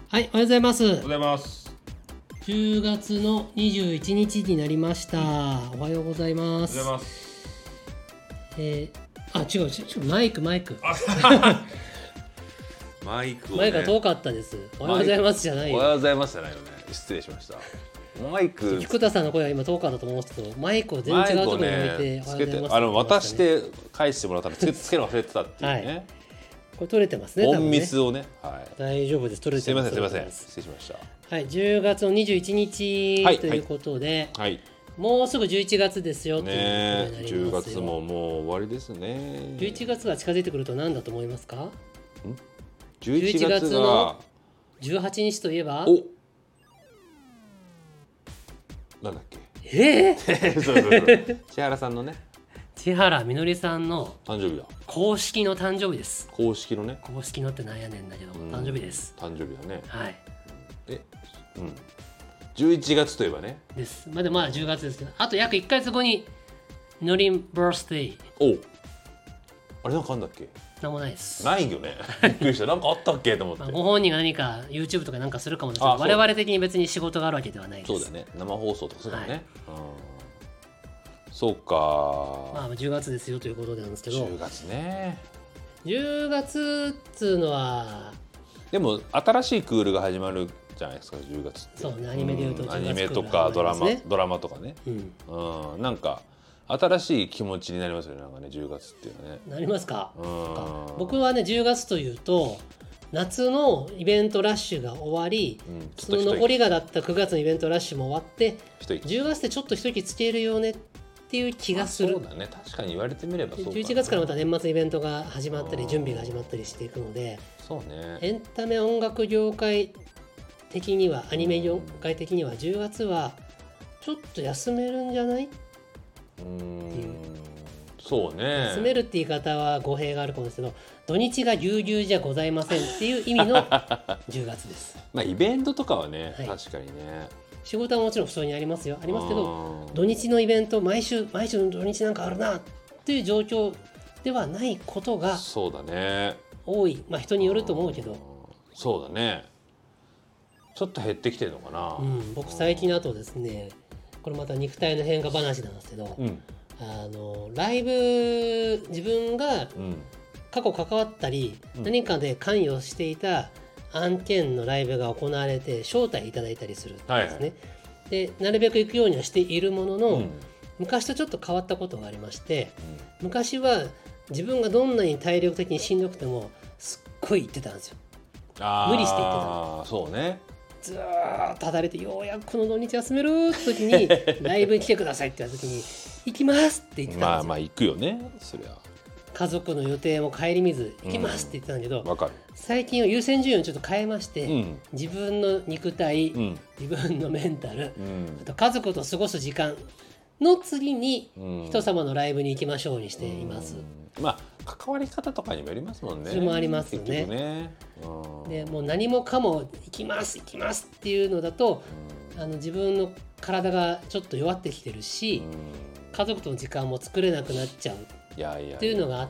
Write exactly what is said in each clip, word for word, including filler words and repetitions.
はい、おはようございます。 おはようございます。 じゅうがつのにじゅういちにちになりました。おはようございます。 おはようございます。 えー、あ、違う、違う、マイク、マイク。 マイクを、ね、 マイクが遠かったです。おはようございますじゃないよ。 おはようございますじゃないよね。失礼しました。マイク。 菊田さんの声は今遠かったと思うんですけど、マイクを全然違うところに置いて、 ね、つけて、あの渡して返してもらったらつけつけるの忘れてたっていうね。はいこれ取れてますね。 音密をね、はい。 大丈夫です。取れてます。 すみません、すみません。失礼しました。 はい、じゅうがつのにじゅういちにち、はい、ということで、はい、もうすぐじゅういちがつですよっていうことになりますよ。 じゅうがつももう終わりですね。 じゅういちがつが近づいてくると何だと思いますか？んじゅういちがつのじゅうはちにちといえば、 お、なんだっけ？ えー、 そうそうそう千原さんのね。 千原みのりさんの誕生日だ。 公式の誕生日です。 公式のね。 公式のってなんやねんだけど、誕生日です。 誕生日だね。 はい。 え、うん。じゅういちがつといえばね。 です。まあでもまあじゅうがつですけど、あと約いっかげつごにみのりんバースデー。 お。あれなんかあんだっけ？ なんもないです。 ないよね。びっくりした。なんかあったっけと思って。 まあご本人が何か YouTube とかなんかするかもですけど、我々的に別に仕事があるわけではないです。 そうだよね。生放送とかそうだね。はい、そうか。 まあじゅうがつですよということなんですけど。 じゅうがつね。 じゅうがつっつうのはでも新しいクールが始まるじゃないですか。じゅうがつって。 そうね。アニメでいうとじゅうがつ、 アニメとかドラマドラマとかね。うん。うん、なんか新しい気持ちになりますよね。なんかねじゅうがつっていうのはね。 なりますか。うん。僕はねじゅうがつというと。夏のイベントラッシュが終わり、うん、その残りがだったくがつのイベントラッシュも終わってじゅうがつでちょっと一息つけるよねっていう気がする。 そうだね、確かに言われてみればそうか、ね、 じゅういちがつからまた年末イベントが始まったり準備が始まったりしていくので、 そうね、 エンタメ音楽業界的にはアニメ業界的にはじゅうがつはちょっと休めるんじゃないっていう。 そうね、 休めるって言い方は語弊があるかもですけど、土日がぎゅうぎゅうじゃございませんっていう意味のじゅうがつです。 まあイベントとかはね、はい、確かにね。 仕事はもちろん普通にありますよ、ありますけど、土日のイベント毎週毎週の土日なんかあるなっていう状況ではないことがそうだね多い。まあ人によると思うけど、 そうだね。ちょっと減ってきてるのかな。 うん、僕最近だとですね、これまた肉体の変化話なんですけど、うん、あのライブ自分が過去関わったり、うん、何かで関与していた案件のライブが行われて招待いただいたりするんですね、はいはい、でなるべく行くようにはしているものの、うん、昔とちょっと変わったことがありまして、うん、昔は自分がどんなに体力的にしんどくてもすっごい行ってたんですよ。無理して行ってた。 そうね、 ずーっと働いてようやくこの土日休めるって時にライブに来てくださいって言った時に行きますって言ってたんですよ。 まあまあ行くよね、そりゃ。 家族の予定も顧みず行きますって言ってたんだけど、 うん、かる。 最近は優先順位をちょっと変えまして、うん、自分の肉体、うん、自分のメンタル、うん、あと家族と過ごす時間の次に人様のライブに行きましょうにしています、 うん、まあ関わり方とかにもよりますもんね。 それもありますよね。 ね、 でもう何もかも行きます行きますっていうのだと、あの自分の体がちょっと弱ってきてるし、家族との時間も作れなくなっちゃうっていうのがあって、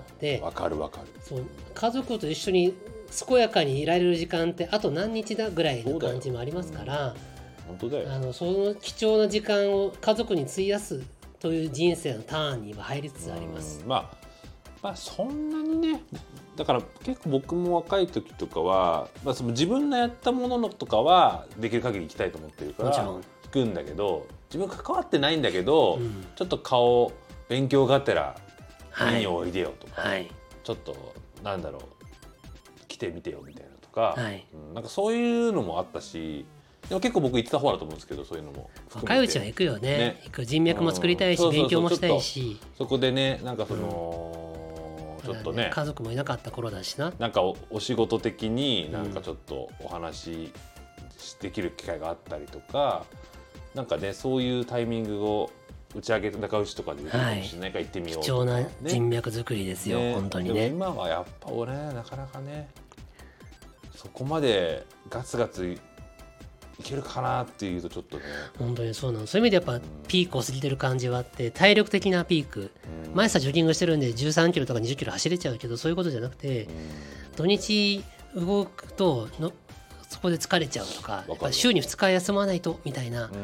わかるわかる。 そう家族と一緒に健やかにいられる時間ってあと何日だぐらいの感じもありますから、 本当だよ。 あのその貴重な時間を家族に費やすという人生のターンには入りつつあります。 まあまあそんなにね、だから結構僕も若い時とかは、まあ、その自分のやったもののとかはできる限り行きたいと思ってるから行くんだけど、自分関わってないんだけど、うん、ちょっと顔勉強がてら見においでよとか、はい、ちょっとなんだろう来てみてよみたいなとか、はい、うん、なんかそういうのもあったし、でも結構僕行ってた方だと思うんですけど、そういうのも若いうちは行くよ ね, ね行く人脈も作りたいし、うん、勉強もしたいし、 そこでねなんかその、うん、ちょっと ね, ね家族もいなかった頃だしな、 なんか お, お仕事的になんかちょっとお話できる機会があったりとか、うん、なんかねそういうタイミングを打ち上げ中打ちとかでできるかもしれないから行ってみようとか、 ね、貴重な人脈作りですよ、ね、本当にね。 でも今はやっぱ俺なかなかねそこまでガツガツいけるかなっていうとちょっとね、 本当にそうなの。そういう意味でやっぱピークを過ぎてる感じはあって、体力的なピーク、うん、毎朝ジョギングしてるんでじゅうさんキロとかにじゅっキロ走れちゃうけど、そういうことじゃなくて、土日動くとのそこで疲れちゃうとか、やっぱ週にふつか休まないとみたいな、うん、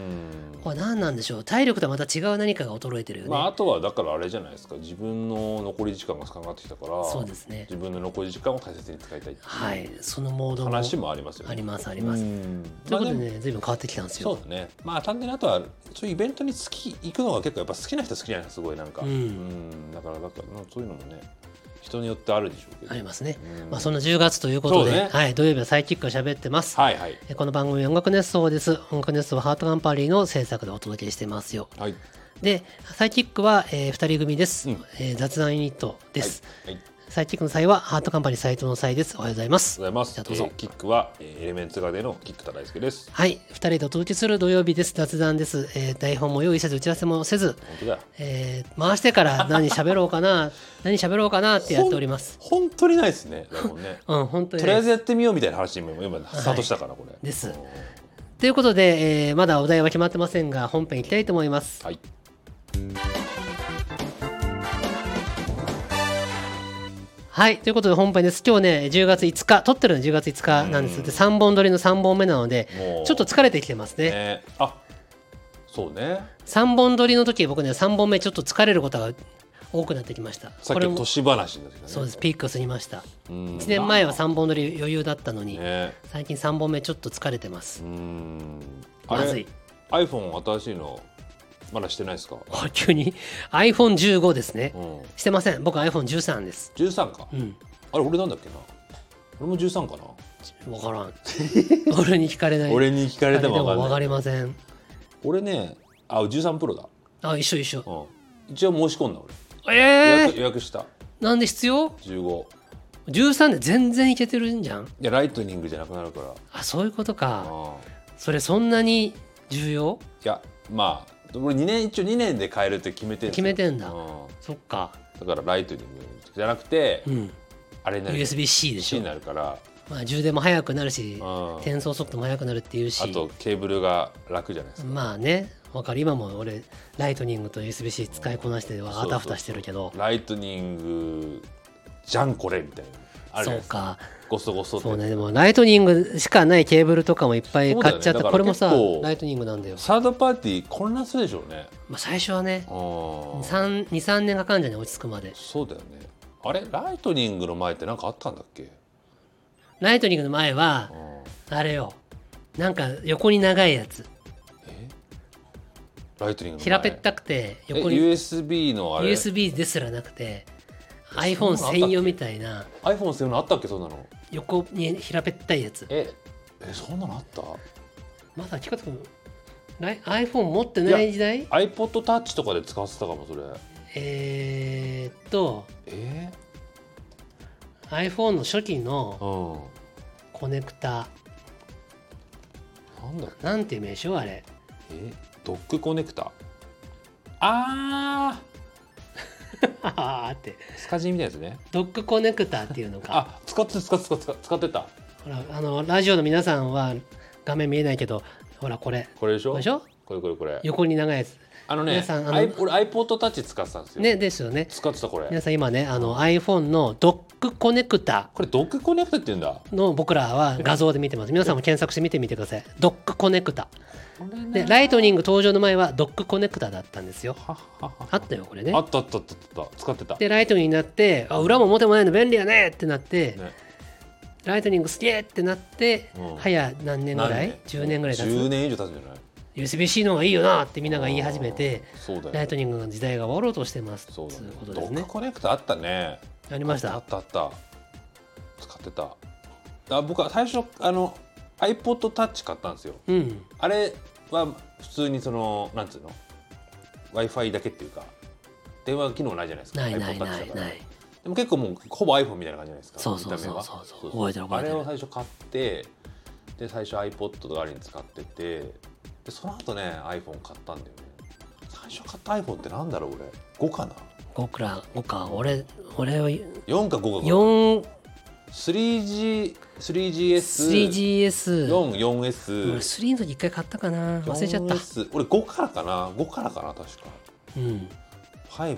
これ何なんでしょう。体力とはまた違う何かが衰えてるよね。 まあ、あとはだからあれじゃないですか、自分の残り時間が少なくなってきたから、 そうですね、 自分の残り時間を大切に使いたいっていう、 はい、そのモードも話もありますよね。 ありますあります。ということでね、随分変わってきたんですよ。 そうだね。まあ単純にあとはそういうイベントに好き行くのが結構やっぱ好きな人好きじゃないですか、すごいなんか、うん、うん、だからだからそういうのもね人によってあるでしょうけど、 ありますね。まあ、そのじゅうがつということで、ね、はい、土曜日はサイキックが喋ってます。はいはい、この番組音楽熱奏です。音楽熱奏はハートカンパニーの制作でお届けしてますよ。はい、でサイキックは、えー、ふたり組です、うんえー、雑談ユニットです。はいはい、サイキックの際はハートカンパニー斎藤の際です。おはようございます。 おはようございます。じゃあどうぞ。えー、キックはエレメンツガでのキック田大輔です。 はい、ふたりでお届けする土曜日です。雑談です。えー、台本も用意せず打ち合わせもせず、 本当だ、 えー、回してから何喋ろうかな何喋ろうかなってやっております。 本当にないですね。台本ね。 うん、本当に。 とりあえずやってみようみたいな話に今スタートしたから、はい、これ。 です。ということで、えー、まだお題は決まってませんが本編いきたいと思います。はい。はい、ということで本編です。今日ねじゅうがついつか撮ってるのじゅうがついつかなんです。でさんぼん撮りのさんぼんめなのでちょっと疲れてきてますね。ね、 あ、そうね。 さんぼん撮りの時僕ねさんぼんめちょっと疲れることが多くなってきました。 さっきの年話ですね。 そうです、ピーク過ぎました。いちねんまえはさんぼん撮り余裕だったのに、ね、最近さんぼんめちょっと疲れてます。うーん、まずい。 iPhone 新しいのまだしてないですか？ 急に アイフォンじゅうご ですね、うん、してません。僕 アイフォンじゅうさん です。 じゅうさんか、うん、あれ俺なんだっけな、俺もじゅうさんかな、 分からん俺に聞かれない。 俺に聞かれても分かんない。 分かりません。 俺ね、あ、じゅうさんプロだ。 あ、一緒一緒、 うん、一応申し込んだ俺。 えー、 予約、予約した。 なんで必要？ じゅうご、 じゅうさんで全然いけてるんじゃん。いやライトニングじゃなくなるから。 あ、そういうことか。それそんなに重要？ いや、まあ俺にねん一応にねんで買えるって決めてるんですよ。 決めてんだ、うん、そっか。 だからライトニングじゃなくて、うん、あれになるユーエスビー-C でしょ。 C になるから、 まあ、充電も早くなるし、うん、転送速度も速くなるっていうし、 あとケーブルが楽じゃないですか。 まあね、分かる。今も俺ライトニングと ユーエスビー-C 使いこなしてはあたふたしてるけど、 そうそうそう、ライトニングじゃんこれみたいなあるじゃないですか。そうか、 ごそごそって。そうね、でもライトニングしかないケーブルとかもいっぱい買っちゃった、ね、これもさライトニングなんだよ。 サードパーティー混乱するでしょうね。 まあ、最初はねにさんねんかかんじゃない、落ち着くまで。 そうだよね。あれライトニングの前って何かあったんだっけ？ ライトニングの前はあれよ、なんか横に長いやつ。 えライトニングの前平べったくて横にユーエスビー のあれユーエスビー ですらなくて iPhone 専用みたいな。 iPhone 専用のあったっけ？そんなの横に平べったいやつ。 ええ、そんなのあった？ まだ近く iPhone 持ってない時代？ iPod Touch とかで使ってたかもそれ。 えーっとえー、iPhone の初期のコネクタ、 うん、なんだなんていう名称あれ？ えドッグコネクタ。あーあーってスカジーみたいなやつね。 ドッグコネクタっていうのか。 あ、使ってた使ってた使ってた。 ほら、あのラジオの皆さんは画面見えないけど、ほらこれこれでしょ。 これでしょ。 これこれこれ横に長いやつ。 あのね、皆さんあの俺 iPod Touch 使ってたんですよ。 ね、ですよね。 使ってたこれ。 皆さん今ね、あの iPhone のドッグコネクタ、 これドッグコネクタって言うんだの僕らは画像で見てます。皆さんも検索して見てみてください。ドッグコネクタで、ライトニング登場の前はドッグコネクタだったんですよ。あったよこれね。 あったあったあったあった、使ってた。 でライトニングになって、あ、裏も表もないの便利やねってなって、ね、ライトニングすげえってなって、うん、早何年ぐらい？じゅうねんぐらい経つ。 じゅうねん以上経つんじゃない？ ユーエスビー-C の方がいいよなってみんなが言い始めて、ライトニングの時代が終わろうとしてますっていうことですね。 ドッグコネクタあったね。 ありました。 あったあった。使ってた。あ、僕は最初あの iPod Touch 買ったんですよ。うん、あれは普通にそのなんつうの Wi-Fi だけっていうか電話機能ないじゃないですか。 ないないないない。 でも結構もうほぼ iPhone みたいな感じじゃないですか。 そうそうそうそうそう。覚えてる覚えてる。 あれを最初買って、で最初 iPod 代わりに使ってて、でその後ね iPhone 買ったんだよね。最初買った iPhone ってなんだろう俺ごかな。 ごくらごか。俺俺はよんかごか。 よんスリージー スリージーエススリージーエスよん、よんエス俺スリーの時一回買ったかな、忘れちゃった。 俺ごからかな、ごからかな確か。うん。ごかな。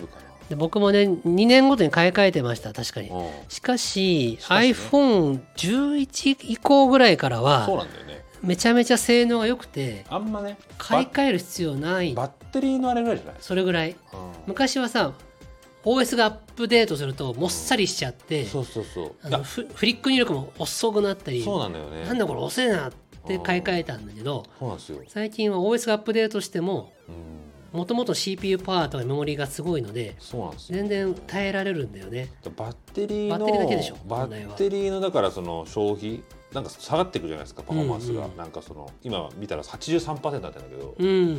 で僕もねにねんごとに買い替えてました確かに。しかし、しかしね、アイフォンじゅういち 以降ぐらいからはそうなんだよね、めちゃめちゃ性能が良くてあんまね買い替える必要ない。 バッテリーのあれぐらいじゃない？ それぐらい、うん、昔はさ オーエス がアップデートするともっさりしちゃって、うん、 そうそうそうあのフフリック入力も遅くなったり、 そうなんだよね、 なんだこれ遅いなって買い替えたんだけど、 そうなんですよ、 最近は オーエス がアップデートしてももともと シーピーユー パワーとかメモリがすごいので、 そうなんですよ、 全然耐えられるんだよね。 バッテリーのバッテリーだけでしょ、 バッテリーのだからその消費なんか下がっていくじゃないですか、パフォーマンスが、うんうん、なんかその今見たら はちじゅうさんパーセント だったんだけど、うんうん、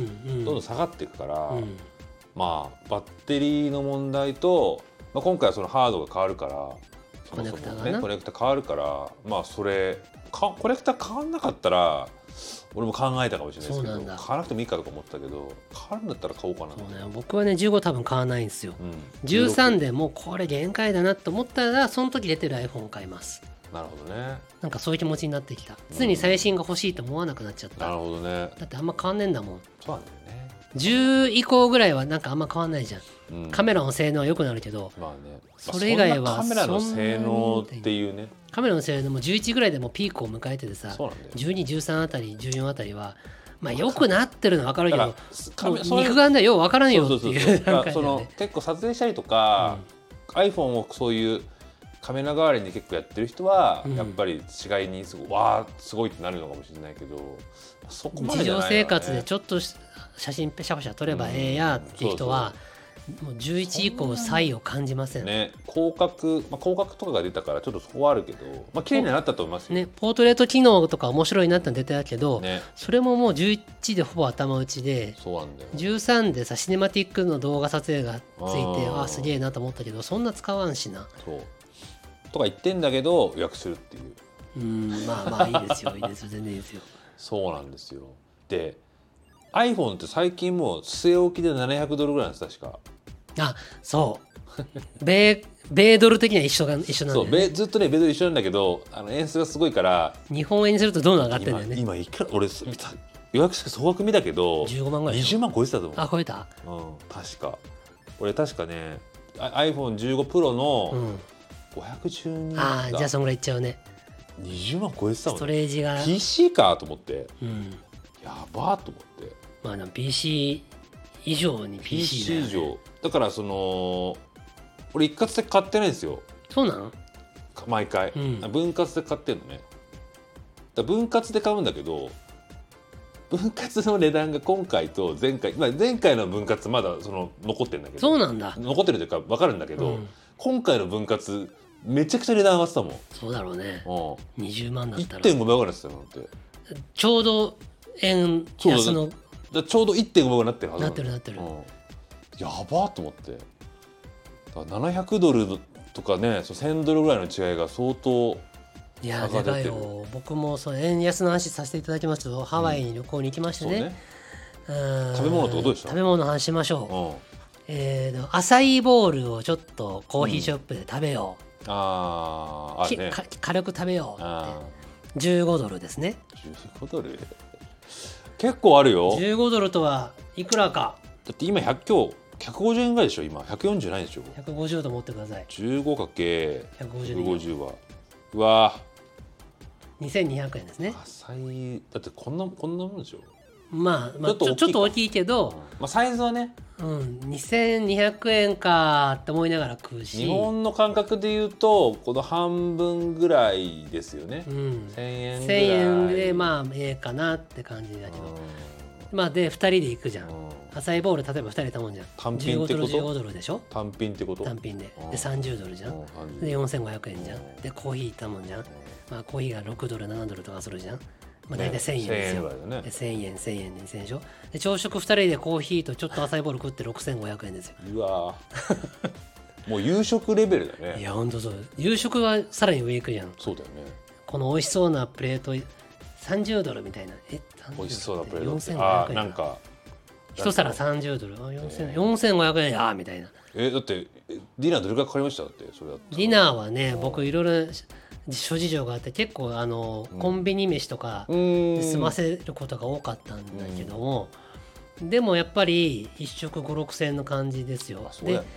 どんどん下がっていくから、うん、まあバッテリーの問題と、まあ、今回はそのハードが変わるからそもそも、ね、コネクタがなコネクタ変わるから、まあそれかコネクタ変わんなかったら俺も考えたかもしれないですけど、買わなくてもいいかとか思ったけど、買うんだったら買おうかな。 そう、ね、僕はねじゅうご多分買わないんですよ、うん、じゅうさんでもうこれ限界だなと思ったらその時出てる iPhone を買います。 なるほどね。 なんかそういう気持ちになってきた。常に最新が欲しいと思わなくなっちゃった、 うん、なるほどね。 だってあんま変わんねえんだもん。 そうなんだよね。 じゅう以降ぐらいはなんかあんま変わんないじゃん、うん、カメラの性能は良くなるけど、まあね、それ以外はカメラの性能っていうね、 カメラの性能もじゅういちぐらいでもピークを迎えててさ、じゅうに、じゅうさんあたりじゅうよんあたりはまあ良くなってるの分かるけど肉眼ではよう分からんよっていう段階でね。 結構撮影したりとか、うん、iPhone をそういうカメラ代わりに結構やってる人は、うん、やっぱり違いにすごいわーすごいってなるのかもしれないけど、そこまでじゃないよね。 日常生活でちょっと写真ペシャペシャ撮ればええやっていう人は、うん、そうそうもうじゅういち以降差異を感じませんね。広角、まあ、広角とかが出たからちょっとそこはあるけど、まあ綺麗になったと思いますよ、 ね、ポートレート機能とか面白いなっての出てたけど、ね、それももうじゅういちでほぼ頭打ちで、 そうなんだよ。 じゅうさんでさシネマティックの動画撮影がついてああすげえなと思ったけど、そんな使わんしなそうとか言ってんだけど予約するっていう。 うん、まあまあいいですよいいですよ全然いいですよ。 そうなんですよ。で iPhone って最近もう据え置きでななひゃくドルぐらいなんです確か。 あ、そう米米ドル的には一緒が一緒なんだよね。 そうずっとね米ドル一緒なんだけど、あの円数がすごいから日本円にするとどんどん上がってるんだよね。 今いくら俺予約して総額見たけどじゅうごまんぐらいにじゅうまん超えてたと思う。 あ、超えた、 うん、確か俺確かね アイフォンじゅうご Pro のごひゃくじゅうに、うん、 ああじゃあそんぐらいいっちゃうね。 にじゅうまん超えてたもんね。 ストレージがピーシー かと思って、 うん、 やばーと思って。 まあでも ピーシー 以上に ピーシー だよね。 ピーシー 以上だからその俺一括で買ってないんですよ。 そうなの？ 毎回、うん、分割で買ってるのね。だ分割で買うんだけど分割の値段が今回と前回、まあ、前回の分割まだその残ってるんだけど、 そうなんだ、 残ってるというか分かるんだけど、うん、今回の分割めちゃくちゃ値段上がってたもん。 そうだろうね、うん、にじゅうまんだったらいってんご 倍ぐらいですよ。 ちょうど円安のだちょうど いってんご 倍になってるはずなってるなってる、うん、 やばーと思って。だななひゃくドルとかね、せんドルぐらいの違いが相当いやでかいよ。僕もそう円安の話させていただきますと、ハワイに旅行に行きましてね、 うんね、食べ物とかどうでした？ 食べ物の話しましょう、うん、えー、アサイーボールをちょっとコーヒーショップで食べよう、 うん、ああ、ね、 軽く食べようってじゅうごドルですね。 じゅうごドル結構あるよ。 じゅうごドルとはいくらか。 だって今ひゃく今日ひゃくごじゅうえんぐらいでしょ。今ひゃくよんじゅうないでしょ。 ひゃくごじゅうと思ってください。 じゅうごかけるひゃくごじゅう はうわにせんにひゃくえんですね。 浅いだってこんなこんなもんでしょ。 まあ、まあ、ちょっとちょっと大きいけど、うん、 まあ、サイズはね、 うん、にせんにひゃくえんかって思いながら食うし、 日本の感覚でいうとこの半分ぐらいですよね、うん、せんえんぐらい。せんえんでまあええかなって感じだけど、うん、まあでふたりで行くじゃん、うん、アサイーボール例えばふたりで頼むじゃん。 単品ってこと？ じゅうごドルじゅうごドルでしょ。 単品ってこと？ 単品ででさんじゅうドルじゃん、うん、でよんせんごひゃくえんじゃん、うん、でコーヒー頼むじゃん、まあ、コーヒーがろくドルななドルとかするじゃん。まあ、大体せんえんですよ、ね、でせんえんせんえんにせんえんでしょ。で朝食ふたりでコーヒーとちょっとアサイーボール食ってろくせんごひゃくえんですよ。 うわもう夕食レベルだね。 いやほんとそう。夕食はさらに上行くじゃん。 そうだよね。 この美味しそうなプレートさんじゅうドルみたいな。え美味しそうなプレートよんせんごひゃくえん。 あなんか一皿さんじゅうドル、あよんせんごひゃくえんやみたいな。 えだってディナーどれくらいかかりました？だってそれだったディナーはね僕いろいろ諸事情があって結構あの、うん、コンビニ飯とかで済ませることが多かったんだけども、でもやっぱり一食ごろくせんの感じですよ。 そうだよね。 で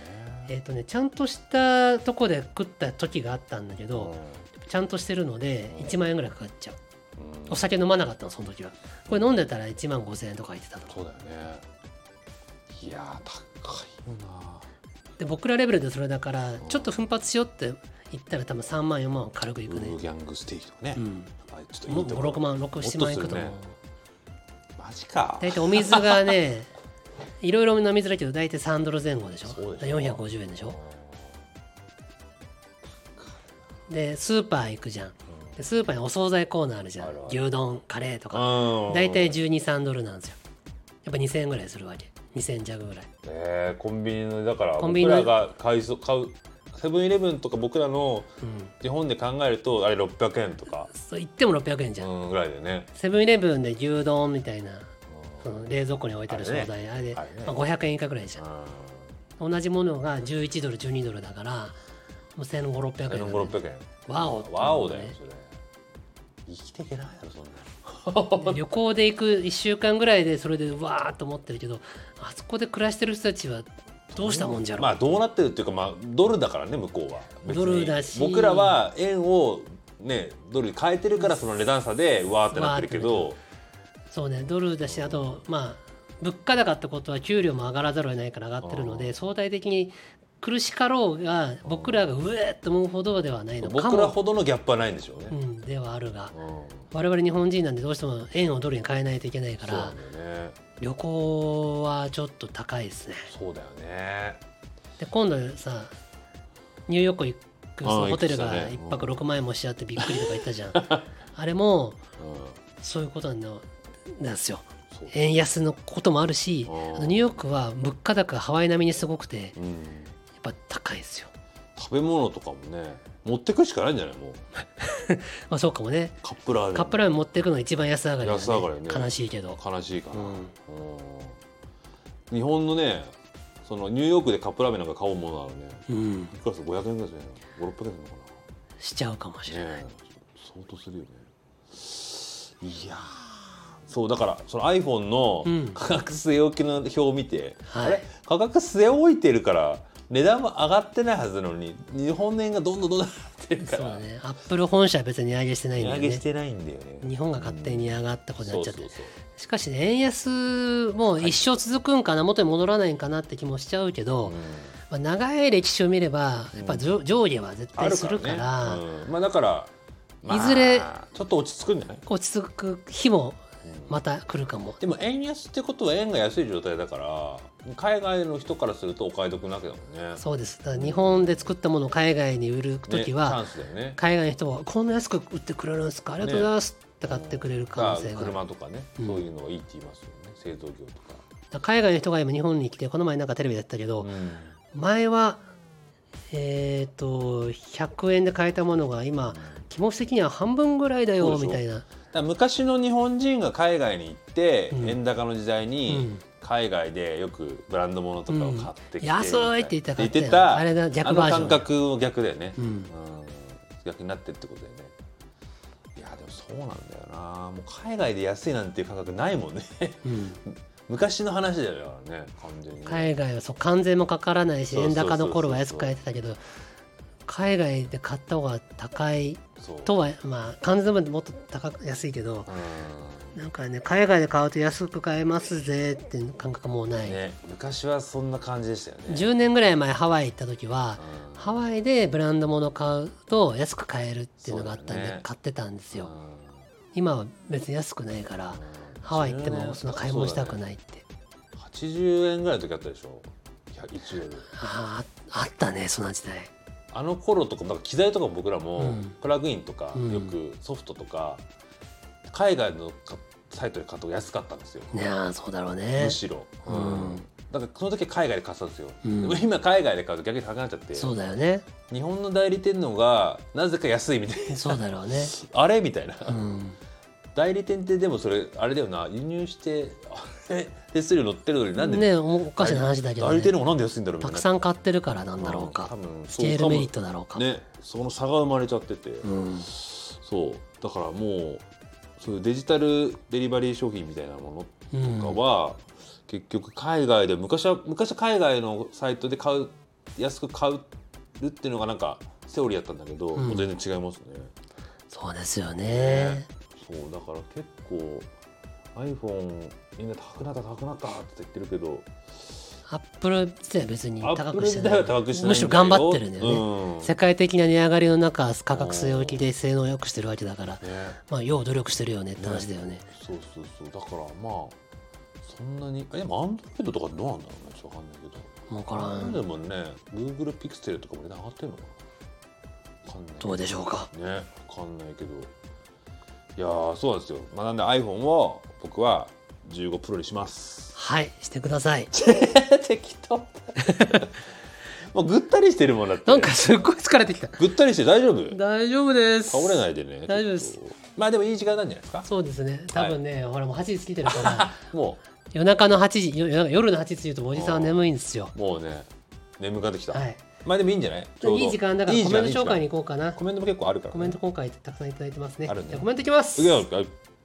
えーとね、ちゃんとしたとこで食った時があったんだけど、うん、ちゃんとしてるのでいちまんえんぐらいかかっちゃう、うん、お酒飲まなかったのその時は。これ飲んでたらいちまんごせんえんとか言ってたと。 そうだよね。いやー高いよな。 で僕らレベルでそれだから、うん、ちょっと奮発しようって言ったら多分さんまんよんまんは軽くいくね。 ウーギャングステーキとかね、うん、 ちょっといいところごろくまんろく、ななまんいくと思う。 マジか。 大体お水がねいろいろ飲みづらいけど大体さんドルぜん後でしょ。そうでしょ。よんひゃくごじゅうえんでしょ。でスーパー行くじゃん。でスーパーにお惣菜コーナーあるじゃん。牛丼カレーとか大体じゅうに、さんドルなんですよ。やっぱにせんえんぐらいするわけ。にせん弱ぐらい。 えー、コンビニのだから僕らが買い買うセブンイレブンとか僕らの日本で考えるとあれろっぴゃくえんとか、 うん、そう言ってもろっぴゃくえんじゃん、 うん、ぐらいでね。 セブンイレブンで牛丼みたいなその冷蔵庫に置いてる惣菜 あれ,、ね、あれで、あれね、まあ、ごひゃくえん以下ぐらいじゃん。同じものがじゅういちドルじゅうにドルだからもうせんごひゃくろっぴゃくえん、ね、 せんごひゃくろっぴゃくえん。 ワオ、 ワオだよそれ。生きていけないだろそんな。 旅行で行くいっしゅうかんぐらいでそれでわーっと思ってるけど、あそこで暮らしてる人たちはどうしたもんじゃろう。 まあどうなってるっていうか、まあドルだからね向こうは。 ドルだし僕らは円をねドルに変えてるからその値段差でわーってなってるけど。 そうね、ドルだし、あとまあ物価高ってことは給料も上がらざるを得ないから上がってるので、相対的に苦しかろうが僕らがうえーっと思うほどではないのかも。 僕らほどのギャップはないんでしょうね、 うん、ではあるが、我々日本人なんでどうしても円をドルに変えないといけないから、 そうだよね、 旅行はちょっと高いですね。 そうだよね。 で今度さニューヨーク行くそのホテルがいっぱくろくまんえんもしちゃってびっくりとか言ったじゃんあれも、うん、そういうことなんですよ。円安のこともあるし、あのニューヨークは物価高がハワイ並みにすごくて、うん、やっぱ高いですよ。 食べ物とかもね持ってくしかないんじゃないもうまあそうかもね。 カップラーメンカップラーメン持ってくのが一番安上がりだね。 安上がりね。 悲しいけど悲しいかな、うん、日本のねそのニューヨークでカップラーメンなんか買おうものなのね、うん、いくらするごひゃくえんぐらいするのごひゃくろっぴゃくえんなのかなしちゃうかもしれない、ね、 相当するよね。いやそうだからその iPhone の価格据え置きの表を見て、うん、あれ価格据え置いてるから値段は上がってないはずなのに日本円がどんどんどんどん上がってるから。 そうね、アップル本社は別に値上げしてないんだよね。 値上げしてないんだよね。 日本が勝手に上がったことになっちゃって、うん、そうそうそう。しかし、ね、円安も一生続くんかな、元に戻らないんかなって気もしちゃうけど、うん、まあ、長い歴史を見ればやっぱ上下は絶対するから、 うんからね、うん、まあ、だから、まあ、 いずれちょっと落ち着くんじゃない？ 落ち着く日もまた来るかも。 でも円安ってことは円が安い状態だから海外の人からするとお買い得なわけだもんね。 そうです。だから日本で作ったものを海外に売るときは、ね、チャンスだよね。海外の人はこんな安く売ってくれるんですか、ありがとうございます、ね、って買ってくれる可能性がある。 車とかね、うん、そういうのがいいって言いますよね、製造業とか。 だから海外の人が今日本に来てこの前なんかテレビでやったけど、うん、前はえーとひゃくえんで買えたものが今、うん、気持ち的には半分ぐらいだよみたいな。 だ昔の日本人が海外に行って、うん、円高の時代に海外でよくブランド物とかを買ってきて、うん、安いって言った言ってたあれだ逆バージョン、あの感覚も逆だよね、うんうん、逆になってってことだよね。いやでもそうなんだよな。もう海外で安いなんていう価格ないもんね、うん、昔の話だよね完全に。 海外はそう関税もかからないし円高の頃は安く買えてたけど海外で買った方が高いとは、まあ関税ももっと高く安いけど、なんかね海外で買うと安く買えますぜって感覚もうない、ね、 昔はそんな感じでしたよね。 じゅうねんぐらい前ハワイ行った時は、ハワイでブランド物買うと安く買えるっていうのがあったんで、ね、買ってたんですよ。今は別に安くないからハワイ行ってもそんな買い物したくないって、ね、 はちじゅうえんぐらいの時あったでしょいちドル。 ああったねそんな時代。 あの頃とかなんか機材とか僕らもプラグインとか、うん、よくソフトとか海外のサイトで買うと安かったんですよ。 いやそうだろうね。 むしろ、うん、だからその時海外で買ってたんですよ、うん、でも今海外で買うと逆に高くなっちゃって。 そうだよね。 日本の代理店のがなぜか安いみたいな。 そうだろうねあれみたいな、うん、代理店ってでもそれあれだよな、輸入して手数料乗ってるのになんでね、おかしな話だけど、ね、 代理店の方がなんで安いんだろうみたいな。 たくさん買ってるからなんだろうか、うん、多分スケールメリットだろうかね。その差が生まれちゃってて、うん、そうだからもうそういうデジタルデリバリー商品みたいなものとかは、うん、結局海外で昔は昔は海外のサイトで買う安く買うっていうのがなんかセオリーやったんだけど、うん、もう全然違いますね。 そうですよね。 そうだから結構 iPhone みんな高くなった高くなったって言ってるけど、 アップル自体は別に高くしてない。 アップル自体は高くしてないんだよ。 むしろ頑張ってるんだよね、 うん、 世界的な値上がりの中価格据え置きで性能を良くしてるわけだから、ね、まあよう努力してるよねって話だよね。ね、 そうそうそう、だからまあそんなにでもアンドロイドとかどうなんだろうね、ちょっと分かんないけど。 分からん。 でもね Google Pixel とかも値段上がってるのかな、分かんない。 どうでしょうかね、分かんないけど、いやーそうなんですよ。まあ、なんで iPhone を僕はじゅうごプロにします。 はいしてください。 適当もうぐったりしてるもんだって。 なんかすっごい疲れてきた。 ぐったりして大丈夫？ 大丈夫です。 倒れないでね。 大丈夫です。 まあでもいい時間なんじゃないですか。 そうですね、多分ね、はい、ほらもうはちじ過ぎてるからもう夜中のはちじ、夜のはちじって言うとおじさんは眠いんですよ。 もうね眠くなってきた、はい、まあでもいいんじゃない？ ちょうどいい時間だからコメント紹介に行こうかな。 コメントも結構あるから、ね、 コメント今回たくさんいただいてますね。 あるね。 じゃあコメントいきます。 いやいや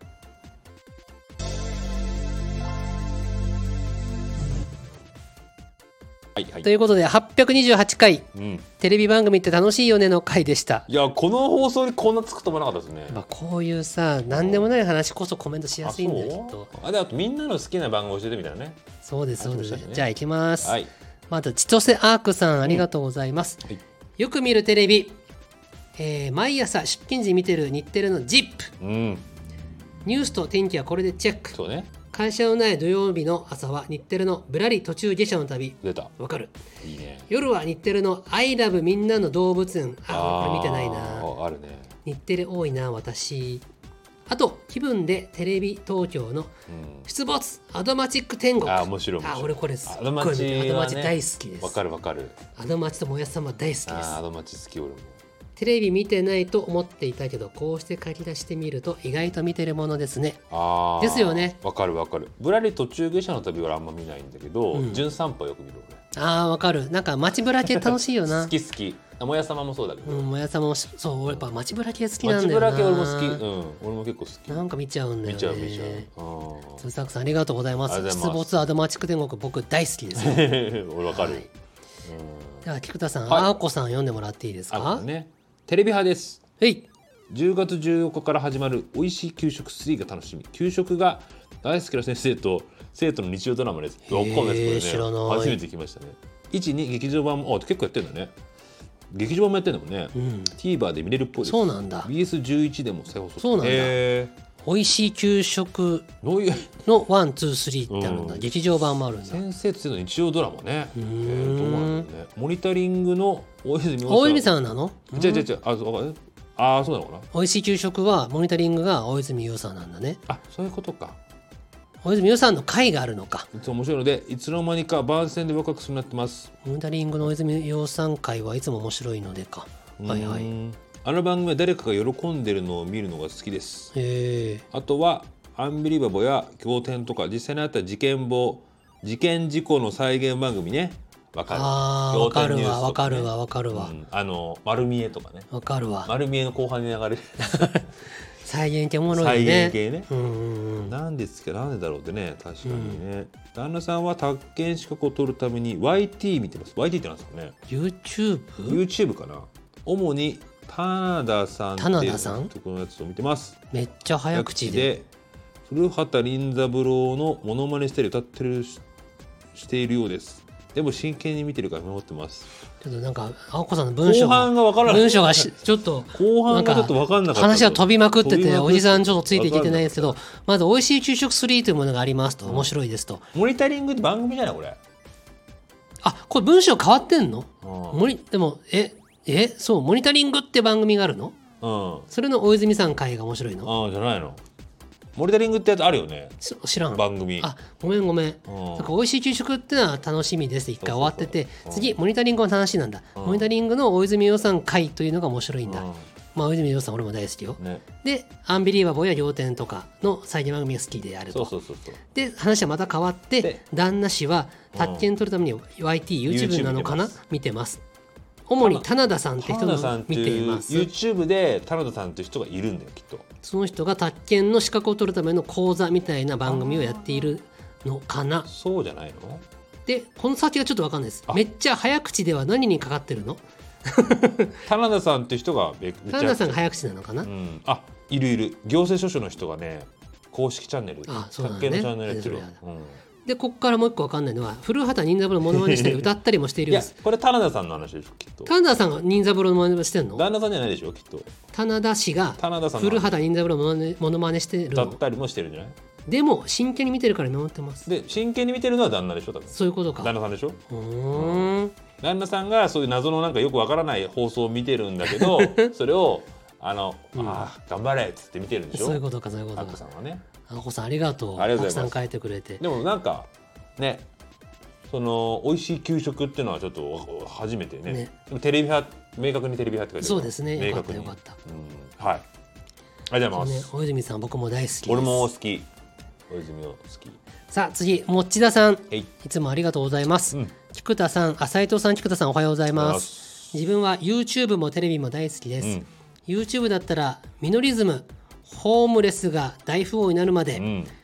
はいはい、 ということではっぴゃくにじゅうはちかい、 うん、 テレビ番組って楽しいよねの回でした。 いやこの放送にこんなつくと思わなかったですね。 まあこういうさ何でもない話こそコメントしやすいんだよきっと。 あであとみんなの好きな番号教えてみたいなね。 そうですそうです、ね、じゃあいきます、はい、まず千歳アークさんありがとうございます、うんはい、よく見るテレビ、えー、毎朝出勤時見てる日テレの ジップ、うん、ニュースと天気はこれでチェック。 そうね、 会社のない土曜日の朝は日テレのぶらり途中下車の旅。 出た。 わかる。 いいね。 夜は日テレの I love みんなの動物園。あ、これ見てないな。 あ、あるね。 日テレ多いな私。あと気分でテレビ東京の出没、うん、アドマチック天国。 あ、面白い面白い。 あ、俺これすっごいアドマチ、ね、 アドマチ大好きです。 わかるわかる。 アドマチともやし様大好きです。 あ、アドマチ好き俺も。 テレビ見てないと思っていたけどこうして書き出してみると意外と見てるものですね。 あですよね。 わかるわかる。ぶらり途中下車の旅はあんま見ないんだけど、うん、純散歩よく見る俺。 ああわかる。なんか街ぶら系楽しいよな。 好き好き。もやさまもそうだけど、 うん、もやさまもそう俺やっぱ街ぶら系好きなんだよな。 街ぶら系俺も好き、うん、俺も結構好き。 なんか見ちゃうんだよね。 見ちゃう見ちゃう。 つさくさんありがとうございます。出没アドマチック天国僕大好きですよ。 俺わかる、はい、うん、 では菊田さん、はい、あーこさん読んでもらっていいですか。 ね、テレビ派です。 はい。 じゅうがつじゅうよっかから始まるおいしい給食スリーが楽しみ。給食が大好きな先生と生徒の日曜ドラマです。わかんないですこれね。知らない。初めて聞きましたね。いち、に劇場版もあ結構やってんだね。劇場版もやってんだもんね、うん、TVer で見れるっぽいです。 そうなんだ。 ビーエスじゅういち でも再放送。 そうなんだ。おいしい給食のワンツースリーってあるんだ、うん、劇場版もあるんだ。 先生と生徒の日曜ドラマね。えー、どうなんだろうね。モニタリングの大泉洋さん。 大泉さんなの？ 違う違う違う。あ、そうあそうなのかな。 おいしい給食はモニタリングが大泉洋さんなんだね。 あ、そういうことか。 大泉洋さんの回があるのか。 いつも面白いのでいつの間にか番宣でワクワクするようになってます。 モニタリングの大泉洋さん回はいつも面白いのでか。はいはい。 あの番組は誰かが喜んでるのを見るのが好きです。 へー。 あとはアンビリバボーや仰天とか実際にあった事件簿事件事故の再現番組ね。わかる。 あー、わかるわわかるわわかるわ、 うん、あの丸見えとかね。 わかるわ。 丸見えの後半に流れる再現系おもろいね。 再現系ね、うんうんうん、 なんですけどなんでだろうってね。確かにね、うん、旦那さんは宅建資格を取るために ワイティー 見てます。 ワイティー ってなんですかね。 YouTube？ YouTube かな。主に棚田さんっていうところのやつを見てます。 めっちゃ早口で古畑任三郎のモノマネしたり歌ってるし、しているようです。でも真剣に見てるからメモってます。 ちょっとなんか青子さんの文章後半が分からない。 文章がしちょっと後半がちょっと分かんなかった。 話が飛びまくってておじさんちょっとついていけてないんですけど、まずおいしい給食スリーというものがありますと、面白いですと。 モニタリングって番組じゃないこれ。 あ、これ文章変わってんの？モニでもええそうモニタリングって番組があるの？うん。それの大泉さん回が面白いの？ ああじゃないの。モニタリングってやつあるよね。 知らん。 番組。 あ、ごめんごめん。なんか美味しい給食ってのは楽しみです一回終わってて、次モニタリングの話なんだ。モニタリングの大泉洋さん回というのが面白いんだ。まあ大泉洋さん俺も大好きよ。ね、でアンビリーバボーや仰天とかの再現番組が好きであると。そうそうそうそう。で話はまた変わって旦那氏は宅建取るために ワイティー、YouTube なのかな見てます。主に棚田さんって人の見ています。 YouTube で棚田さんって人がいるんだよきっと。 その人が宅建の資格を取るための講座みたいな番組をやっているのかな。 そうじゃないの？ でこの先がちょっと分かんないです。めっちゃ早口では何にかかってるの？ 棚田さんって人がめっちゃ棚田さんが早口なのかな、 うん、あいるいる行政書士の人がね公式チャンネルあそうなんだねねチャンネルやってる、うん、 でこっからもう一個分かんないのは古畑任三郎のモノマネして歌ったりもしているんです。 いやこれ棚田さんの話でしょきっと。 棚田さんが任三郎のモノマネしてるの？ 旦那さんじゃないでしょきっと。 棚田氏が古畑任三郎のモノマネモノマネしてるの。 歌ったりもしてるんじゃない？ でも真剣に見てるから見守ってます。 で真剣に見てるのは旦那でしょ多分。 そういうことか。 旦那さんでしょ。 うーん旦那さんがそういう謎のなんかよくわからない放送を見てるんだけどそれをあの、うん、あ頑張れっつって見てるんでしょ。 そういうことかそういうことか。 あっこさんはね。 あっこさんありがとう。 ありがとうございます。 たくさん書いてくれて。 でもなんかねその美味しい給食っていうのはちょっと初めてね。ねでもテレビ派明確にテレビ派って書いてある。 そうですね。 明確によかったよかった。 うん、はい。ありがとうございます。 ね、大泉さん僕も大好きです。 俺も好き。大泉を好き。 さあ次もっちださん、 いつもありがとうございます。 うん、 菊田さん、あ斉藤さん、菊田さんおはようございます。自分は YouTube もテレビも大好きです。うん、YouTube だったらミノリズム、ホームレスが大富豪になるまで、うん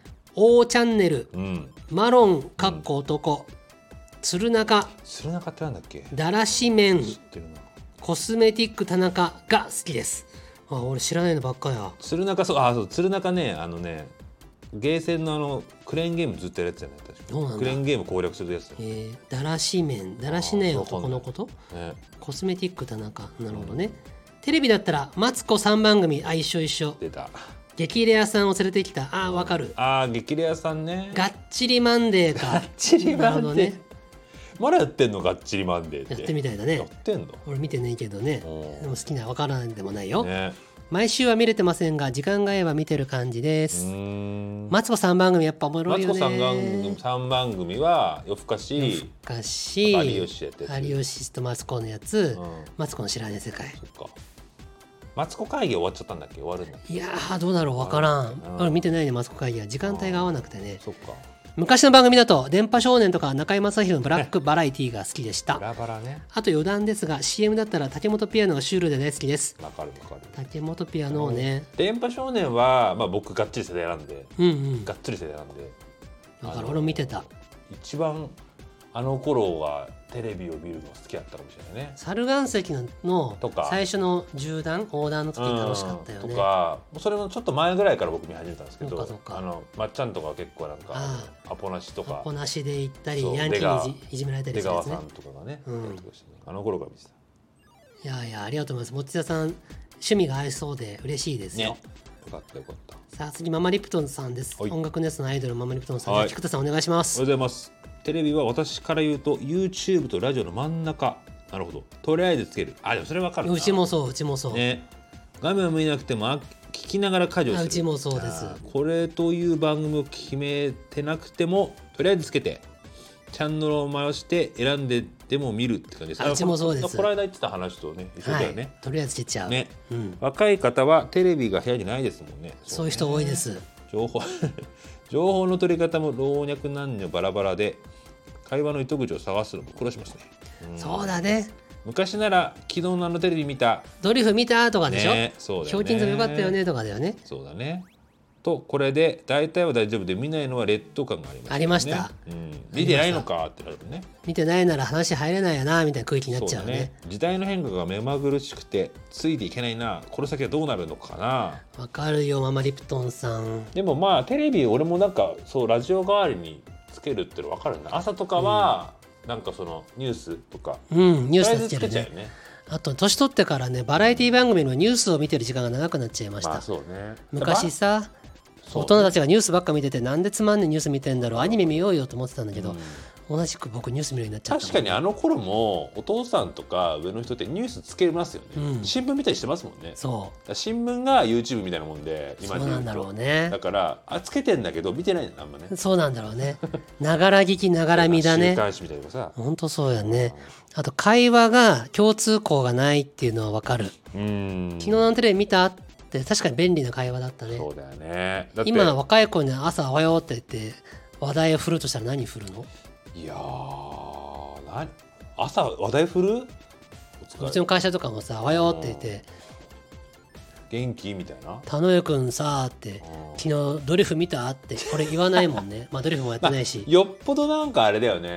、O チャンネル、うん、マロンかっこ男、うん、鶴中、 鶴中ってなんだっけ？ だらし麺、コスメティック田中が好きです。あ俺知らないのばっかや。 鶴中そうあそう鶴中ねあのね。ゲーセンのあのクレーンゲームずっとやるやつじゃない確かクレーンゲーム攻略するやつだ、 えー、だらし麺だらしねえ男のこと、ね、コスメティック田中なるほどね、うん、テレビだったらマツコさん番組あ一緒一緒出た激レアさんを連れてきたあわかる、 うん、あ激レアさんねがっちりマンデーかがっちりマンデー、ね、まだやってんのがっちりマンデーってやってみたいだねやってんの俺見てないけどねでも好きなわからないでもないよ、 ね毎週は見れてませんが時間が合えば見てる感じです。マツコさん番組やっぱおもろいよね。 マツコさん番組さん番組は夜更かし夜更かし有吉やってやつ有吉とマツコのやつ、うん、マツコの知らない世界。 そっかマツコ会議終わっちゃったんだっけ終わるんだっけ。 いやーどうだろう分からん、うん、俺見てないねマツコ会議は時間帯が合わなくてね。 そっか昔の番組だと電波少年とか中居正広のブラックバラエティが好きでしたバラバラ、ね、 あと余談ですが シーエム だったら竹本ピアノがシュールで大好きです。 わかるわかる竹本ピアノをね、 うん、電波少年は、まあ、僕がっちり世代なんで、 うんうん、 がっつり世代なんでだから俺も見てた。 一番あの頃はテレビを見るの好きだったかもしれないね。 猿岩石の最初の縦断横断の時楽しかったよね、 うん、とかそれもちょっと前ぐらいから僕見始めたんですけどあのまっちゃんとかは結構なんかアポなしとかアポなしで行ったりヤンキーにいじめられたりするやつね。出川さんとかがね、うん、あの頃から見てた。 いやいやありがとうございます。持田さん趣味が合いそうで嬉しいですよ、 ね、よかったよかった。 さあ次ママリプトンさんです。音楽ネスのアイドルママリプトンさん、はい、菊田さんお願いします。 おはようございます。テレビは私から言うと YouTube とラジオの真ん中。なるほどとりあえずつける。あでもそれ分かるな。 うちもそううちもそう、 ね、画面を見なくても聞きながら家事をする。 うちもそうです。 これという番組を決めてなくてもとりあえずつけてチャンネルを回して選んででも見るって感じです。 うちもそうです。 この間言ってた話とね一緒だよね、はい、 とりあえずつけちゃう、 ねうん、若い方はテレビが部屋にないですもんね。 そういう人多いです。 情報情報の取り方も老若男女バラバラで会話の糸口を探すのも苦労しますね、 うん、そうだね。 昔なら昨日のあのテレビ見たドリフ見たとかでしょ、 ね、そうだよね。 ひょうきん族よかったよねとかだよね。 そうだねとこれで大体は大丈夫で見ないのは劣等感があります、ね、 ありました、 うん、見てないのかってなるね。 見てないなら話入れないよなみたいな空気になっちゃう ね, うね。 時代の変化が目まぐるしくてついていけないな。この先はどうなるのかな。 わかるよママリプトンさん。 でもまあテレビ俺もなんかそうラジオ代わりにつけるっての分かるな。朝とかは、うん、なんかそのニュースとか、 うん、ニュースつけちゃうよね。 あと年取ってからねバラエティ番組のニュースを見てる時間が長くなっちゃいました、 まあそうね、 昔さ大人たちがニュースばっか見ててなんでつまんねえニュース見てんだろうアニメ見ようよと思ってたんだけど、うん、同じく僕ニュース見るようになっちゃった。 確かにあの頃もお父さんとか上の人ってニュースつけますよね、うん、新聞見たりしてますもんね。 そう新聞が YouTube みたいなもんで今そうなんだろうね。 だからあつけてんだけど見てないんだあんまね。 そうなんだろうねながら聞きながら見だね。 週刊誌みたいなさ本当そうやね。あと会話が共通項がないっていうのは分かる。うん昨日のテレビ見たって確かに便利な会話だったね。 そうだよね。だって今若い子に朝おはようって言って話題を振るとしたら何振るの？ いやーな朝話題振る？ うちの会社とかもさおはようって言って元気みたいな田上くんさって昨日ドリフ見たってこれ言わないもんねまあドリフもやってないし、 まあ、よっぽどなんかあれだよね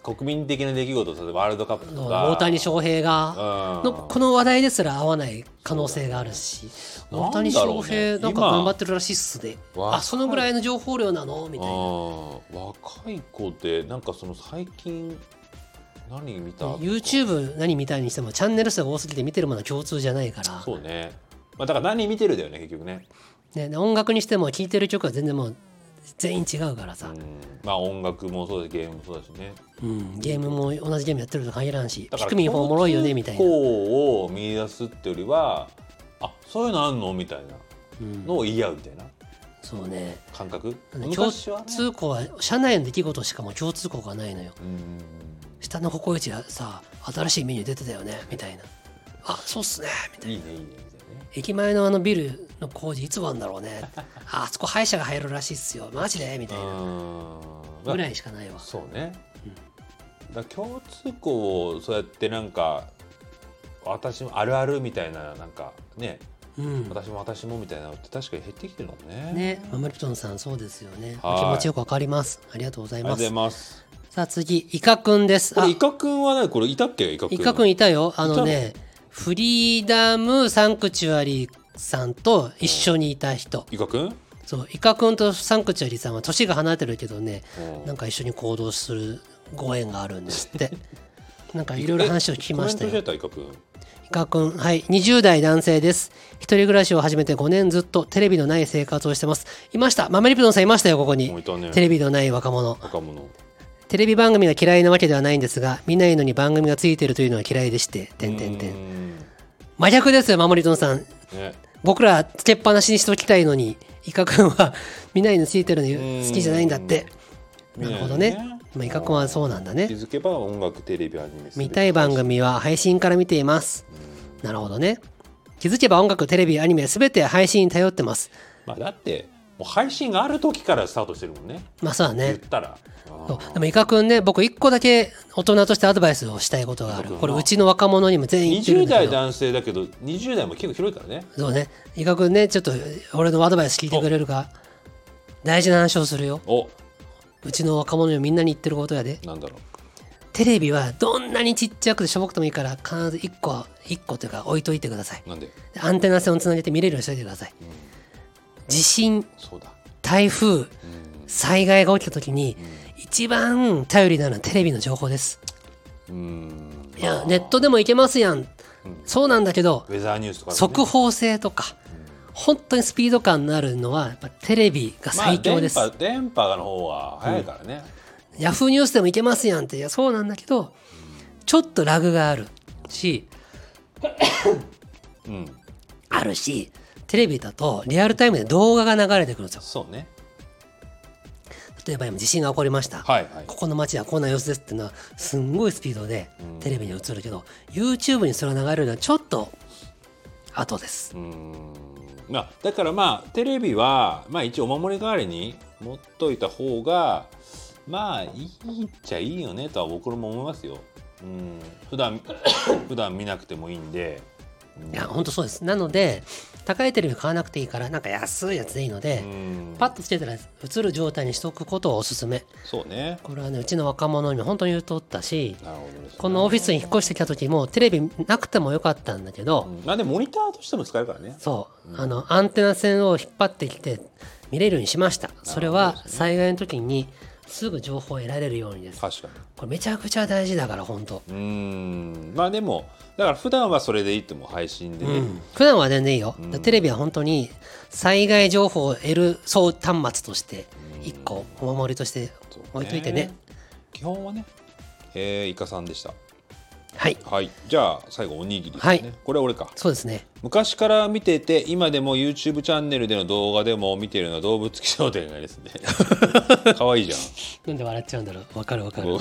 国民的な出来事、例えばワールドカップとか大谷翔平がのこの話題ですら合わない可能性があるし、大谷翔平なんか頑張ってるらしいっすね。あ、そのぐらいの情報量なのみたいな。 若い子でなんかその最近何見た YouTube 何見たいにしてもチャンネル数が多すぎて見てるものは共通じゃないから。 そうね、まあ、だから何見てるだよね結局ね。 ね、音楽にしても聴いてる曲は全然もう全員違うからさ、うん、 まあ音楽もそうだしゲームもそうだしね、 うん、ゲームも同じゲームやってると限らんし、ピクミンフォーおもろいよねみたいな。 共通項を見出すってよりは、あ、そういうのあんのみたいなのを言い合うみたいな、うん、 そうね、 感覚。 共通項は社内の出来事しかも共通項がないのよ。うん、下のココイチはさ新しいメニュー出てたよねみたいな、あ、そうっすねみたいな。いいねいいねみたいなね。駅前のあのビルの工事いつ終わるんだろうねあ、あそこ歯医者が入るらしいっすよマジでみたいなぐらいしかないわ。 そうね、うん、だ共通項をそうやってなんか私もあるあるみたいななんかね、うん、私も私もみたいなのって確かに減ってきてるもんね。 ね、ママリプトンさんそうですよね。気持ちよくわかります。ありがとうございます。 ありがとうございます。 さあ次、イカくんです。 これイカくんはね、これいたっけ？イカくん。 イカくんいたよ。あのね、フリーダムサンクチュアリさんと一緒にいた人。 イカくん？ そう、イカくんとサンクチュアリさんは年が離れてるけどね、なんか一緒に行動するご縁があるんですって。なんかいろいろ話を聞きましたよ。 コメントしてたイカくん。 イカくん、はい、にじゅう代男性です。一人暮らしを始めてごねんずっとテレビのない生活をしてます。いました。マメリプトンさんいましたよ、ここに。ね、テレビのない若者。 若者。 テレビ番組が嫌いなわけではないんですが、見ないのに番組がついてるというのは嫌いでして、てんてんてん。真逆ですよ、マモリトンさん。ね、僕らつけっぱなしにしておきたいのに、イカくんは見ないのついてるの好きじゃないんだって。なるほどね。まあ、イカくんはそうなんだね。 気づけば音楽、テレビ、アニメ。 見たい番組は配信から見ています。なるほどね。気づけば音楽、テレビ、アニメすべて配信に頼ってます。 まあ、だってもう配信がある時からスタートしてるもんね。 まあそうだね。 言ったら。 そうでもイカくんね、僕一個だけ大人としてアドバイスをしたいことがある。これうちの若者にも全員言ってるんだけど。 にじゅう代男性だけどにじゅう代も結構広いからね。 そうね。イカくんね、ちょっと俺のアドバイス聞いてくれるか。大事な話をするよ。 おうちの若者にみんなに言ってることやで。 なんだろう。 テレビはどんなにちっちゃくてしょぼくてもいいから必ずいっこいっこというか置いといてください。 なんで？ アンテナ線をつなげて見れるようにしておいてください。うん、地震、 そうだ、 台風、うん、災害が起きた時に、うん、一番頼りなのはテレビの情報です。うん、いやネットでもいけますやん、うん、そうなんだけどウェザーニュースとか、ね、 速報性とか、うん、本当にスピード感のあるのはやっぱテレビが最強です。 まあ、電波、電波の方は早いからね、 うん、ヤフーニュースでもいけますやんって、いやそうなんだけど、うん、ちょっとラグがあるし、うん、あるし、テレビだとリアルタイムで動画が流れてくるんですよ。 そうね。 例えば今地震が起こりました、はいはい、ここの街はこんな様子ですっていうのはすんごいスピードでテレビに映るけど、うん、YouTube にそれが流れるのはちょっと後です。うーん、 まあ、だからまあテレビは、まあ、一応お守り代わりに持っといた方がまあいいっちゃいいよねとは僕も思いますよ。うん、普段普段見なくてもいいんで。 いや本当そうです。なので高いテレビ買わなくていいからなんか安いやつでいいので、パッとつけたら映る状態にしておくことをおすすめ。 そうね。 これはねうちの若者にも本当に言うとったし、なるほどですね、このオフィスに引っ越してきた時もテレビなくてもよかったんだけど、 うん、まあでもモニターとしても使えるからね。 そう、うん、あのアンテナ線を引っ張ってきて見れるようにしました。それは災害の時にすぐ情報を得られるようにです。 確かにこれめちゃくちゃ大事だから本当。 うーん、まあでもだから普段はそれでいいっても配信でね、うん、 普段は全然いいよ、うん、テレビは本当に災害情報を得る総端末として一個お守りとして置いといてね、ね、 基本はね、えー、イカさんでした。 はい、 はい、じゃあ最後おにぎりですね、はい、これは俺か。 そうですね。 昔から見てて今でも YouTube チャンネルでの動画でも見てるのは動物奇想天外ですねかわいいじゃん。 なんで笑っちゃうんだろう。わかるわかる、はい、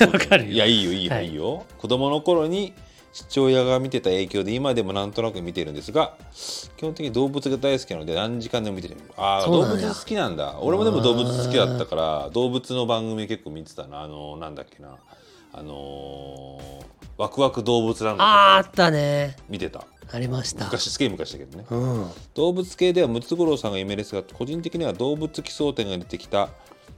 わかるよ。 いやいいよいいよ、はい、いいよ。子供の頃に父親が見てた影響で今でもなんとなく見てるんですが、基本的に動物が大好きなので何時間でも見てる。ああ、動物好きなんだ。俺もでも動物好きだったから動物の番組結構見てたな。あのなんだっけな、あのー、ワクワク動物ランド。 あーあったね。 見てた。 ありました。 昔すげえ昔だけどね、 うん、 動物系ではムツゴロウさんが有名ですが、個人的には動物奇想天が出てきた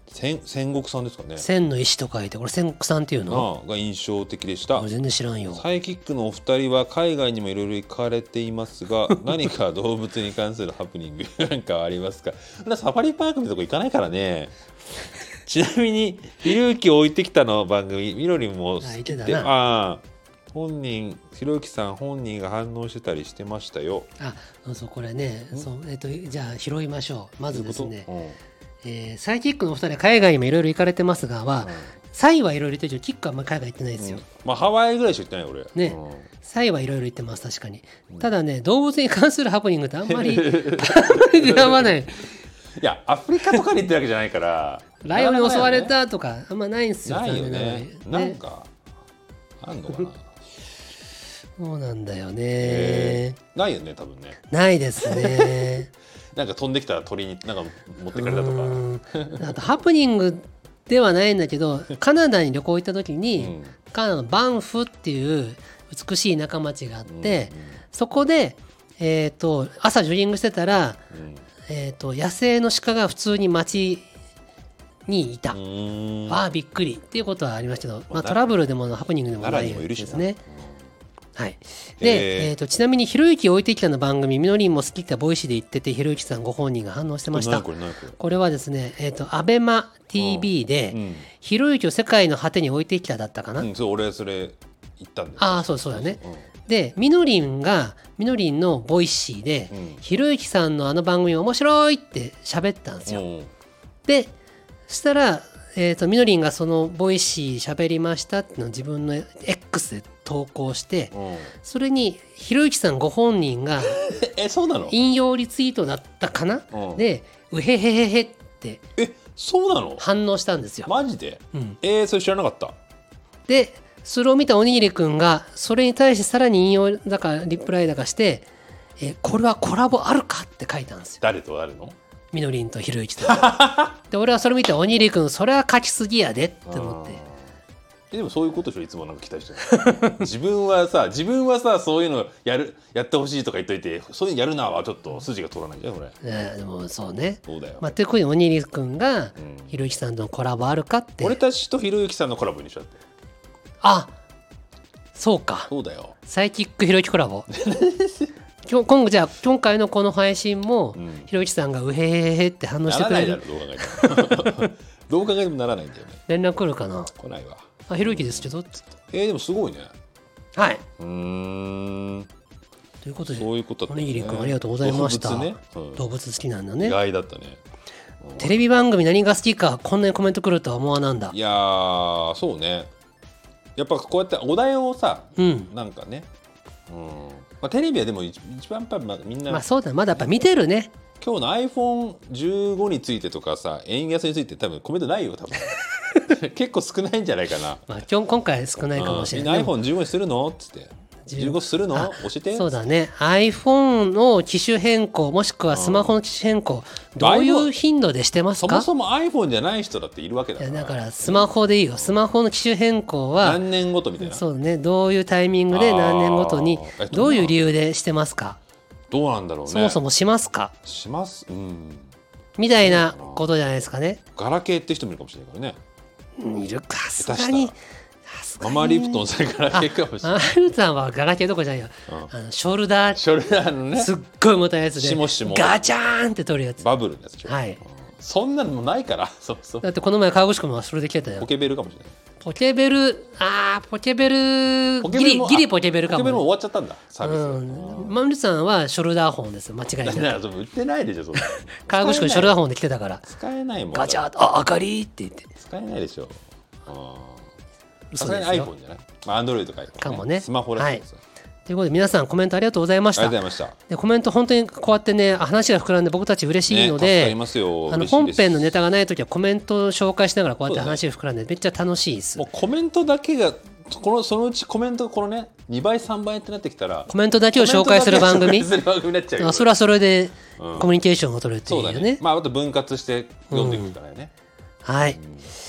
戦戦国さんですかね。 千の石と書いてこれ戦国さんっていうのが印象的でした。 全然知らんよ。 サイキックのお二人は海外にもいろいろ行かれていますが何か動物に関するハプニングなんかありますか。サファリパークみたいなとこ行かないからね。ちなみにひろゆきを置いてきたの番組みろりんも好きってあ本人ひろゆきさん本人が反応してたりしてましたよ。 あそうこれねそう、えー、とじゃあ拾いましょう。まずですね、えー、サイキックのお二人は海外にもいろいろ行かれてますがは、うん、サイはいろいろ行ってるけどキックはあんまり海外行ってないですよ、うん、 まあハワイぐらいしか行ってない俺ね、うん、サイはいろいろ行ってます確かに、うん、ただね動物に関するハプニングってあんまり出会わない。 いやアフリカとかに行ってるわけじゃないからライオンに襲われたとかあんまないんですよ。 ないよね。なんかあんのかな。 そうなんだよね、 えー、ないよね多分ね。 ないですね。 なんか飛んできた鳥になんか持ってかれたとかあとハプニングではないんだけどカナダに旅行行った時に、うん、カナダのバンフっていう美しい田舎町があって、うんうん、そこで、えーと、朝ジョギングしてたら、うんえーと、野生の鹿が普通に町にいた。ああびっくりっていうことはありましたけど、まあ、トラブルでもハプニングでもないですね。はい、で、えーえー、とちなみにひろゆき置いてきたの番組みのりんも好きってボイシーで言っててひろゆきさんご本人が反応してました。 こ, れこ, れこれはですね、えー、とアベマ ティービー で、うん、ひろゆきを世界の果てに置いてきただったかな、 うん、そう俺それ言ったんだよ。 ああそうそうだね、うん、でみのりんがみのりんのボイシーで、うん、ひろゆきさんのあの番組面白いって喋ったんですよ、うん、でそしたらえーと、みのりんがそのボイシー喋りましたっていうのを自分の X で投稿して、うん、それにひろゆきさんご本人がえそうなの引用リツイートだったかな、うん、でうへへへへってえそうなの反応したんですよ。 マジで、うん、えー、それ知らなかった。 でそれを見たおにぎりくんがそれに対してさらに引用だかリプライだかしてえこれはコラボあるかって書いたんですよ。 誰と誰のみのりんとひろゆきとで俺はそれ見ておにぎりくんそれは書きすぎやでって思ってえでもそういうことでしょいつもなんか期待してる自分はさ自分はさそういうのやるやってほしいとか言っといてそういうのやるなはちょっと筋が通らないんじゃんこれ、 えー、でもそうねそうだよ、 まあ、ということでおにぎりくんが、うん、ひろゆきさんとのコラボあるかって俺たちとひろゆきさんのコラボにしちゃってあそうかそうだよサイキックひろゆきコラボ今日今後じゃあ今回のこの配信も、うん、ひろゆきさんがうへへへって反応してくれる。 ならないだろどう考えてもどう考えてもならないんだよね。 連絡来るかな。 来ないわ。 あひろゆきですけどつってえー、でもすごいね。 はいうーんということでそういうことだったね。 おにぎりくんありがとうございました。動物ね、うん、動物好きなんだね。 意外だったね、 うん、テレビ番組何が好きかこんなにコメント来るとは思わなんだ。 いやーそうねやっぱこうやってお題をさ、うん、なんかねうんまあ、テレビはでも一番やっぱりみんなまあそうだまだやっぱ見てるね。 今日の アイフォンじゅうご についてとかさ円安について多分コメントないよ多分結構少ないんじゃないかな、 まあ、今日今回少ないかもしれない。 みんな アイフォンじゅうご にするのっつってじゅうごするの教えて。 そうだね iPhone の機種変更もしくはスマホの機種変更、うん、どういう頻度でしてますか。 そもそも iPhone じゃない人だっているわけだから。いやだからスマホでいいよ。スマホの機種変更は何年ごとみたいな。 そうねどういうタイミングで何年ごとにどういう理由でしてますか。 どうなんだろうね。 そもそもしますか。 しますうんみたいなことじゃないですかね。 ガラケーって人もいるかもしれないからね。 いるかさすがにママリプトンさんガラケーかもしれない。 ママリプトンはガラケーどころじゃないよ、うん、あのショルダーショルダーのねすっごい重たいやつでしもしもガチャーンって取るやつバブルのやつでしょ。 はいそんなのもないからそうそうだってこの前川口君もそれで来てたよ。 ポケベルかもしれない。 ポケベルあーポケベルギリギリポケベルかも、ね、 ポケベルも終わっちゃったんだサービス、 うん、マルさんはショルダーフォンです間違いない。 売ってないでしょそんな川口君ショルダーフォンで来てたから使えないもんガチャーとあ明かりって言って使えないでしょ。さすがに iPhone じゃないアンドロイドとか、ね、 かもねスマホらしいです、 はいということで皆さんコメントありがとうございました。 ありがとうございました。 でコメント本当にこうやってね話が膨らんで僕たち嬉しいので、 ね、助かりますよ。 あの本編のネタがないときはコメントを紹介しながらこうやって話が膨らんでめっちゃ楽しいです。 もうコメントだけがこのそのうちコメントがこのねにばいさんばいってなってきたらコメントだけを紹介する番組する番組になっちゃうよ。 それはそれでコミュニケーションを取るっていうね、うん、 そうだね。まああと分割して読んでいくからね、 うん、はい、うん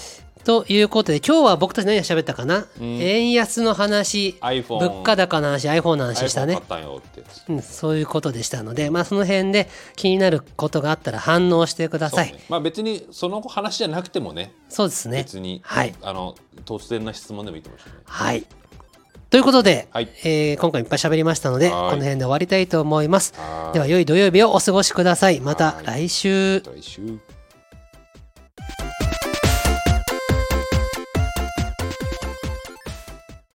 ということで今日は僕たち何を喋ったかな、うん、円安の話、 iPhone、 物価高の話、 iPhone の話したね。 iPhone 買ったんよってやつ、 うん、そういうことでしたので、まあ、その辺で気になることがあったら反応してください、ね。 まあ、別にその話じゃなくてもね。 そうですね。 別に、 はい、 あの突然な質問でもいいと思いますね。 はい、ということで、 はい、 えー、今回いっぱい喋りましたのでこの辺で終わりたいと思います。では良い土曜日をお過ごしください。また来週。 来週。